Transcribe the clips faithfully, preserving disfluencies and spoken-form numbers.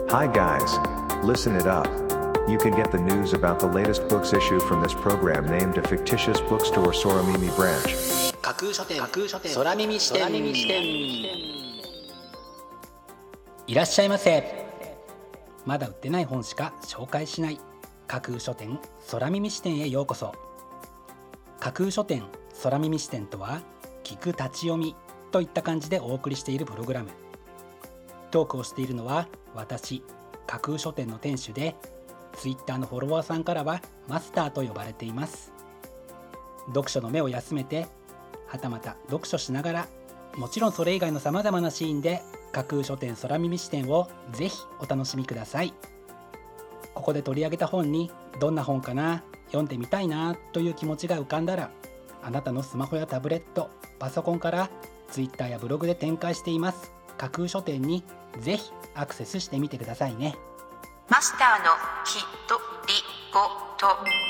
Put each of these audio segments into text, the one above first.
Hi guys, listen it up. You can get the news about the latest books issue from this program named a fictitious bookstore Soramimi branch. 架空書店空耳視点いらっしゃいませ。まだ売ってない本しか紹介しない架空書店空耳視点へようこそ。架空書店空耳視点とは、聞く立ち読みといった感じでお送りしているプログラム。トークをしているのは私、架空書店の店主で、ツイッターのフォロワーさんからはマスターと呼ばれています。読書の目を休めて、はたまた読書しながら、もちろんそれ以外のさまざまなシーンで架空書店空耳視点をぜひお楽しみください。ここで取り上げた本にどんな本かな、読んでみたいなという気持ちが浮かんだら、あなたのスマホやタブレット、パソコンからツイッターやブログで展開しています架空書店にぜひアクセスしてみてくださいね。 マスターのひとりごと。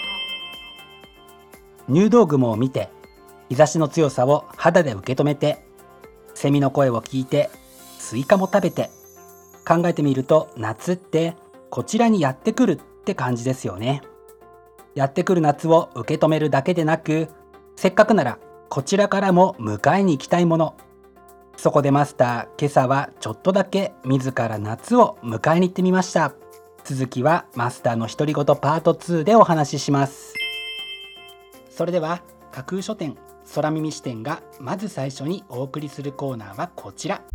入道雲を見て、日差しの強さを肌で受け止めて、セミの声を聞いて、スイカも食べて、考えてみると夏ってこちらにやってくるって感じですよね。やってくる夏を受け止めるだけでなく、せっかくならこちらからも迎えに行きたいもの。そこでマスター、今朝はちょっとだけ自ら夏を迎えに行ってみました。続きはマスターの独り言パートツーでお話しします。それでは架空書店空耳視点がまず最初にお送りするコーナーはこちら。 ご、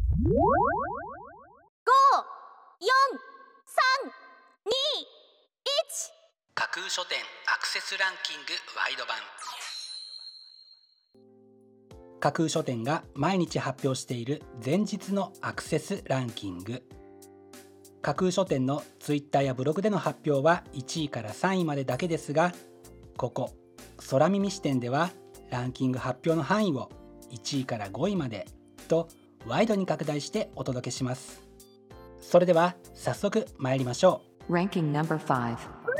よん、さん、に、いち。 架空書店アクセスランキングワイド版。架空書店が毎日発表している前日のアクセスランキング。架空書店のツイッターやブログでの発表はいちいからさんいまでだけですが、ここ空耳視点ではランキング発表の範囲をいちいからごいまでとワイドに拡大してお届けします。それでは早速参りましょう。 Ranking ナンバーご。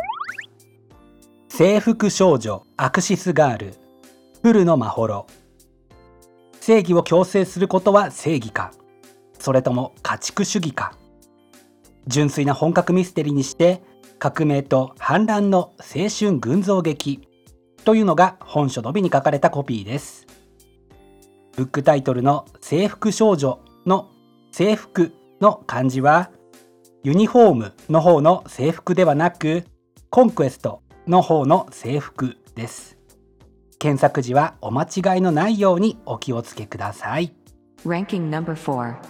征服少女アクシスガール古野真秀。正義を強制することは正義か、それとも家畜主義か。純粋な本格ミステリーにして、革命と反乱の青春群像劇というのが本書の帯に書かれたコピーです。ブックタイトルの征服少女の征服の漢字は、ユニフォームの方の制服ではなく、コンクエストの方の制服です。検索時はお間違いのないようにお気をつけください。 Ranking ナンバーよん。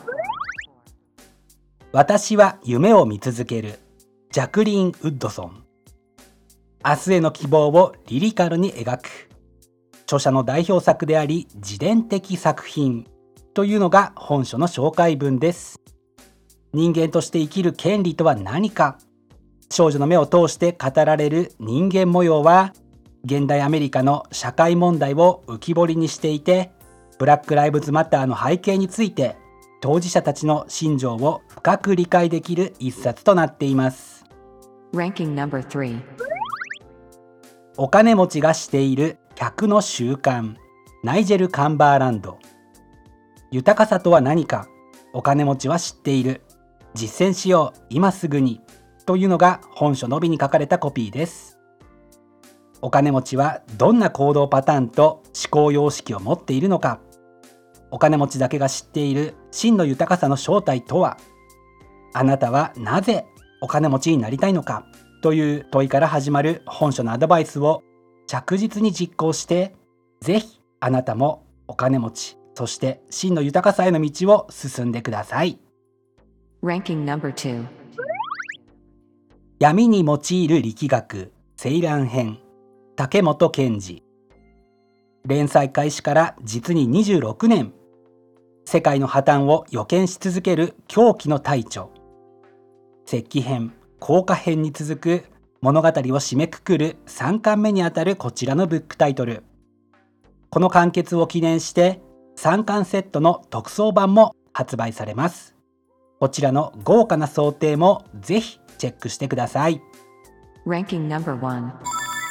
私は夢を見続けるジャクリーン・ウッドソン。明日への希望をリリカルに描く著者の代表作であり自伝的作品というのが本書の紹介文です。人間として生きる権利とは何か。少女の目を通して語られる人間模様は、現代アメリカの社会問題を浮き彫りにしていて、ブラック・ライブズ・マターの背景について当事者たちの心情を深く理解できる一冊となっています。 Ranking ナンバーさん。 お金持ちがしている客の習慣ナイジェル・カンバーランド。豊かさとは何か、お金持ちは知っている、実践しよう今すぐにというのが本書の帯に書かれたコピーです。お金持ちはどんな行動パターンと思考様式を持っているのか。お金持ちだけが知っている真の豊かさの正体とは。あなたはなぜお金持ちになりたいのかという問いから始まる本書のアドバイスを着実に実行して、ぜひあなたもお金持ち、そして真の豊かさへの道を進んでください。 Ranking ナンバーに。 闇に用いる力学セイラン編竹本健二。連載開始から実ににじゅうろくねん、世界の破綻を予見し続ける狂気の大著。石器編降下編に続く物語を締めくくるさんかんめにあたるこちらのブックタイトル。この完結を記念してさんかんセットの特装版も発売されます。こちらの豪華な想定もぜひチェックしてください。 Ranking ナンバーいち。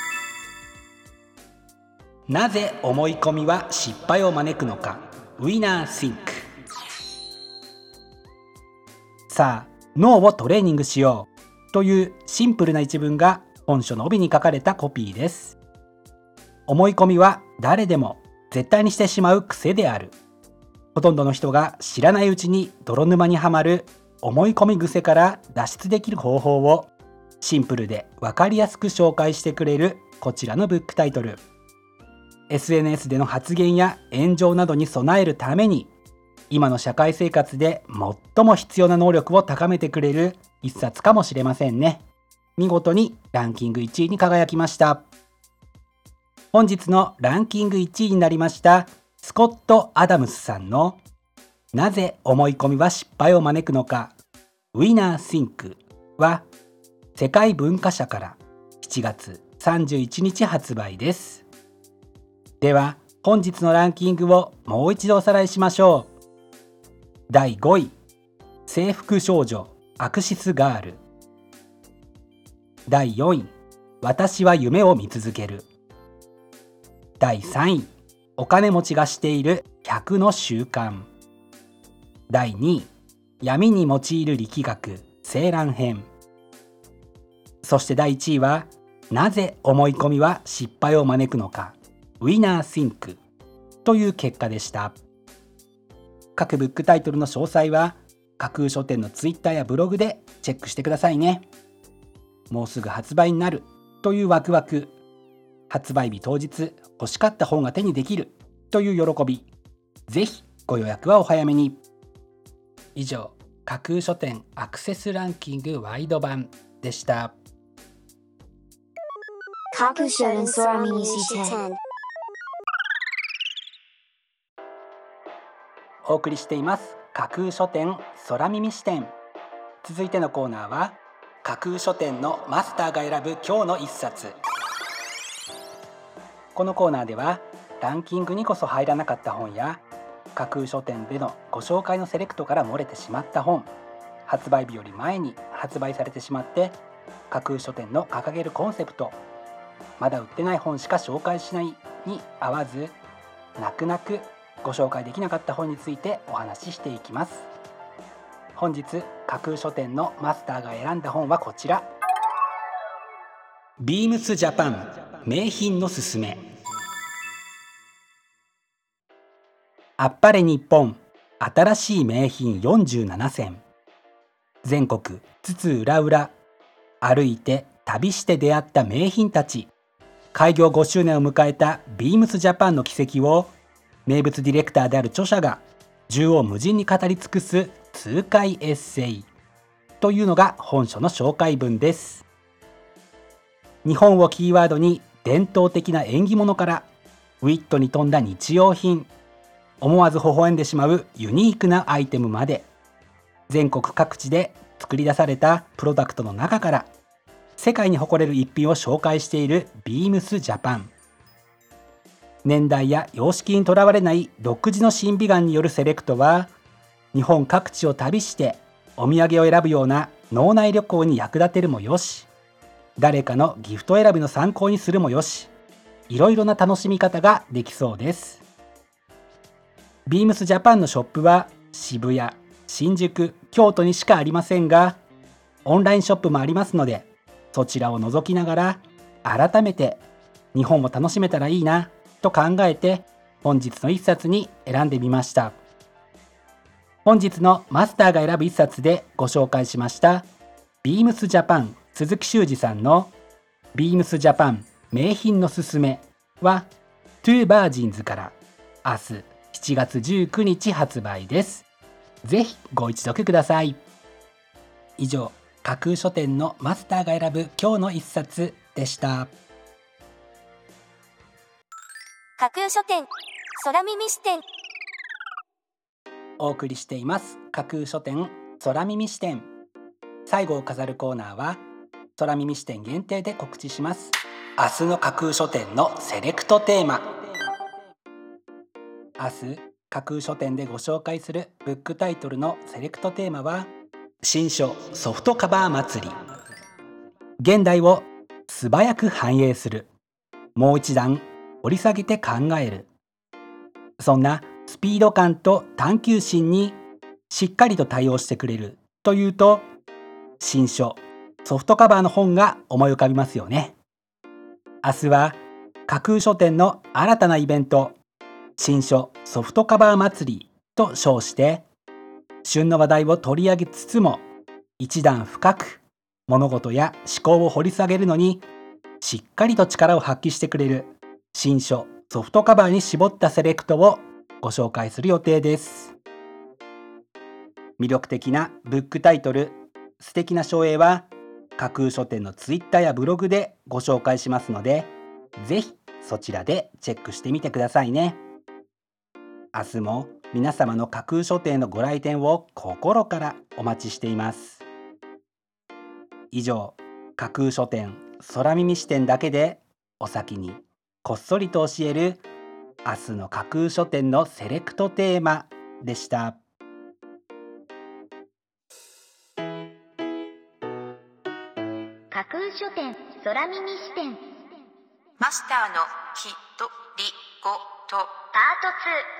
なぜ思い込みは失敗を招くのか。ウィナーシンク。さあ、 脳をトレーニングしようというシンプルな一文が本書の帯に書かれたコピーです。思い込みは誰でも絶対にしてしまう癖である。ほとんどの人が知らないうちに泥沼にはまる思い込み癖から脱出できる方法をシンプルで分かりやすく紹介してくれるこちらのブックタイトル。 エスエヌエス での発言や炎上などに備えるために今の社会生活で最も必要な能力を高めてくれる一冊かもしれませんね。見事にランキングいちいに輝きました。本日のランキングいちいになりましたスコット・アダムスさんのなぜ思い込みは失敗を招くのか Winner Think は世界文化社からしちがつさんじゅういちにち発売です。では本日のランキングをもう一度おさらいしましょう。だいごい、制服少女アクシスガール。だいよんい、私は夢を見続ける。だいさんい、お金持ちがしているひゃくの習慣。だいにい、闇に用いる力学青蘭編。そしてだいいちいはなぜ思い込みは失敗を招くのか Winner Think という結果でした。各ブックタイトルの詳細は架空書店のツイッターやブログでチェックしてくださいね。もうすぐ発売になるというワクワク、発売日当日欲しかった本が手にできるという喜び、ぜひご予約はお早めに。以上、架空書店アクセスランキングワイド版でした。 架空書店空耳視点。 お送りしています架空書店空耳視点。続いてのコーナーは架空書店のマスターが選ぶ今日の一冊。このコーナーではランキングにこそ入らなかった本や架空書店でのご紹介のセレクトから漏れてしまった本、発売日より前に発売されてしまって架空書店の掲げるコンセプトまだ売ってない本しか紹介しないに合わず、泣く泣くご紹介できなかった本についてお話ししていきます。本日架空書店のマスターが選んだ本はこちら、ビームスジャパン名品のすすめ。あっぱれ日本新しい名品よんじゅうななせん。全国津々浦々歩いて旅して出会った名品たち。開業ごしゅうねんを迎えたビームスジャパンの軌跡を名物ディレクターである著者が縦横無尽に語り尽くす痛快エッセイというのが本書の紹介文です。日本をキーワードに伝統的な縁起物からウィットに富んだ日用品、思わず微笑んでしまうユニークなアイテムまで、全国各地で作り出されたプロダクトの中から世界に誇れる一品を紹介しているビームスジャパン。年代や様式にとらわれない独自の審美眼によるセレクトは日本各地を旅してお土産を選ぶような脳内旅行に役立てるもよし、誰かのギフト選びの参考にするもよし、いろいろな楽しみ方ができそうです。ビームスジャパンのショップは渋谷、新宿、京都にしかありませんが、オンラインショップもありますので、そちらを覗きながら改めて日本を楽しめたらいいなと考えて本日の一冊に選んでみました。本日のマスターが選ぶ一冊でご紹介しましたビームスジャパン鈴木修二さんのビームスジャパン名品のすすめはトゥーバージンズから明日しちがつじゅうくにち発売です。ぜひご一読ください。以上、架空書店のマスターが選ぶ今日の一冊でした。 架空書店空耳視点。 お送りしています架空書店空耳視点。最後を飾るコーナーは空耳視点限定で告知します。明日の架空書店のセレクトテーマ。明日架空書店でご紹介するブックタイトルのセレクトテーマは新書ソフトカバー祭り。現代を素早く反映する、もう一段掘り下げて考える、そんなスピード感と探求心にしっかりと対応してくれるというと新書、ソフトカバーの本が思い浮かびますよね。明日は架空書店の新たなイベント、新書ソフトカバー祭りと称して、旬の話題を取り上げつつも、一段深く物事や思考を掘り下げるのにしっかりと力を発揮してくれる新書ソフトカバーに絞ったセレクトをご紹介する予定です。魅力的なブックタイトル、素敵な書影は架空書店のツイッターやブログでご紹介しますので、ぜひそちらでチェックしてみてくださいね。明日も皆様の架空書店のご来店を心からお待ちしています。以上、架空書店空耳視点だけでお先にこっそりと教える明日の架空書店のセレクトテーマでした。 架空書店空耳視点マスターのひとりごとパート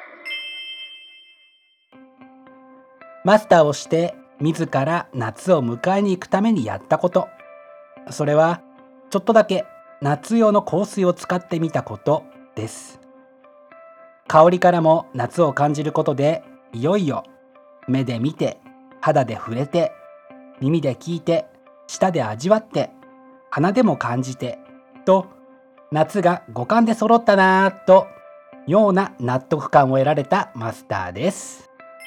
マスターをして自ら夏を迎えに行くためにやったこと、それはちょっとだけ夏用の香水を使ってみたことです。香りからも夏を感じることで、いよいよ目で見て、肌で触れて、耳で聞いて、舌で味わって、鼻でも感じてと、夏が五感で揃ったなぁとような納得感を得られたマスターです。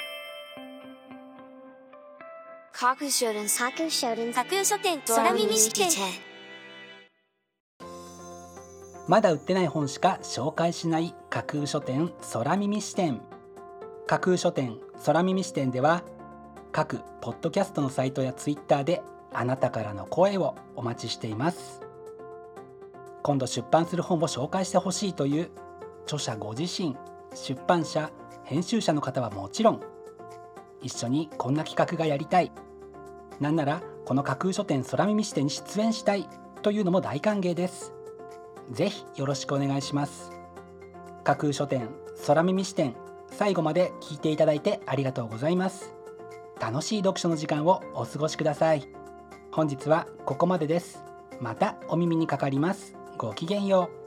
架空書店架空書店架空書店空耳視点。 まだ売ってない本しか紹介しない架空書店空耳視点。架空書店空耳視点では、各ポッドキャストのサイトやツイッターであなたからの声をお待ちしています。今度出版する本を紹介してほしいという著者ご自身、出版社、編集者の方はもちろん、一緒にこんな企画がやりたい、なんならこの架空書店空耳視点に出演したいというのも大歓迎です。ぜひよろしくお願いします。架空書店空耳視点、最後まで聞いていただいてありがとうございます。楽しい読書の時間をお過ごしください。本日はここまでです。またお耳にかかります。ごきげんよう。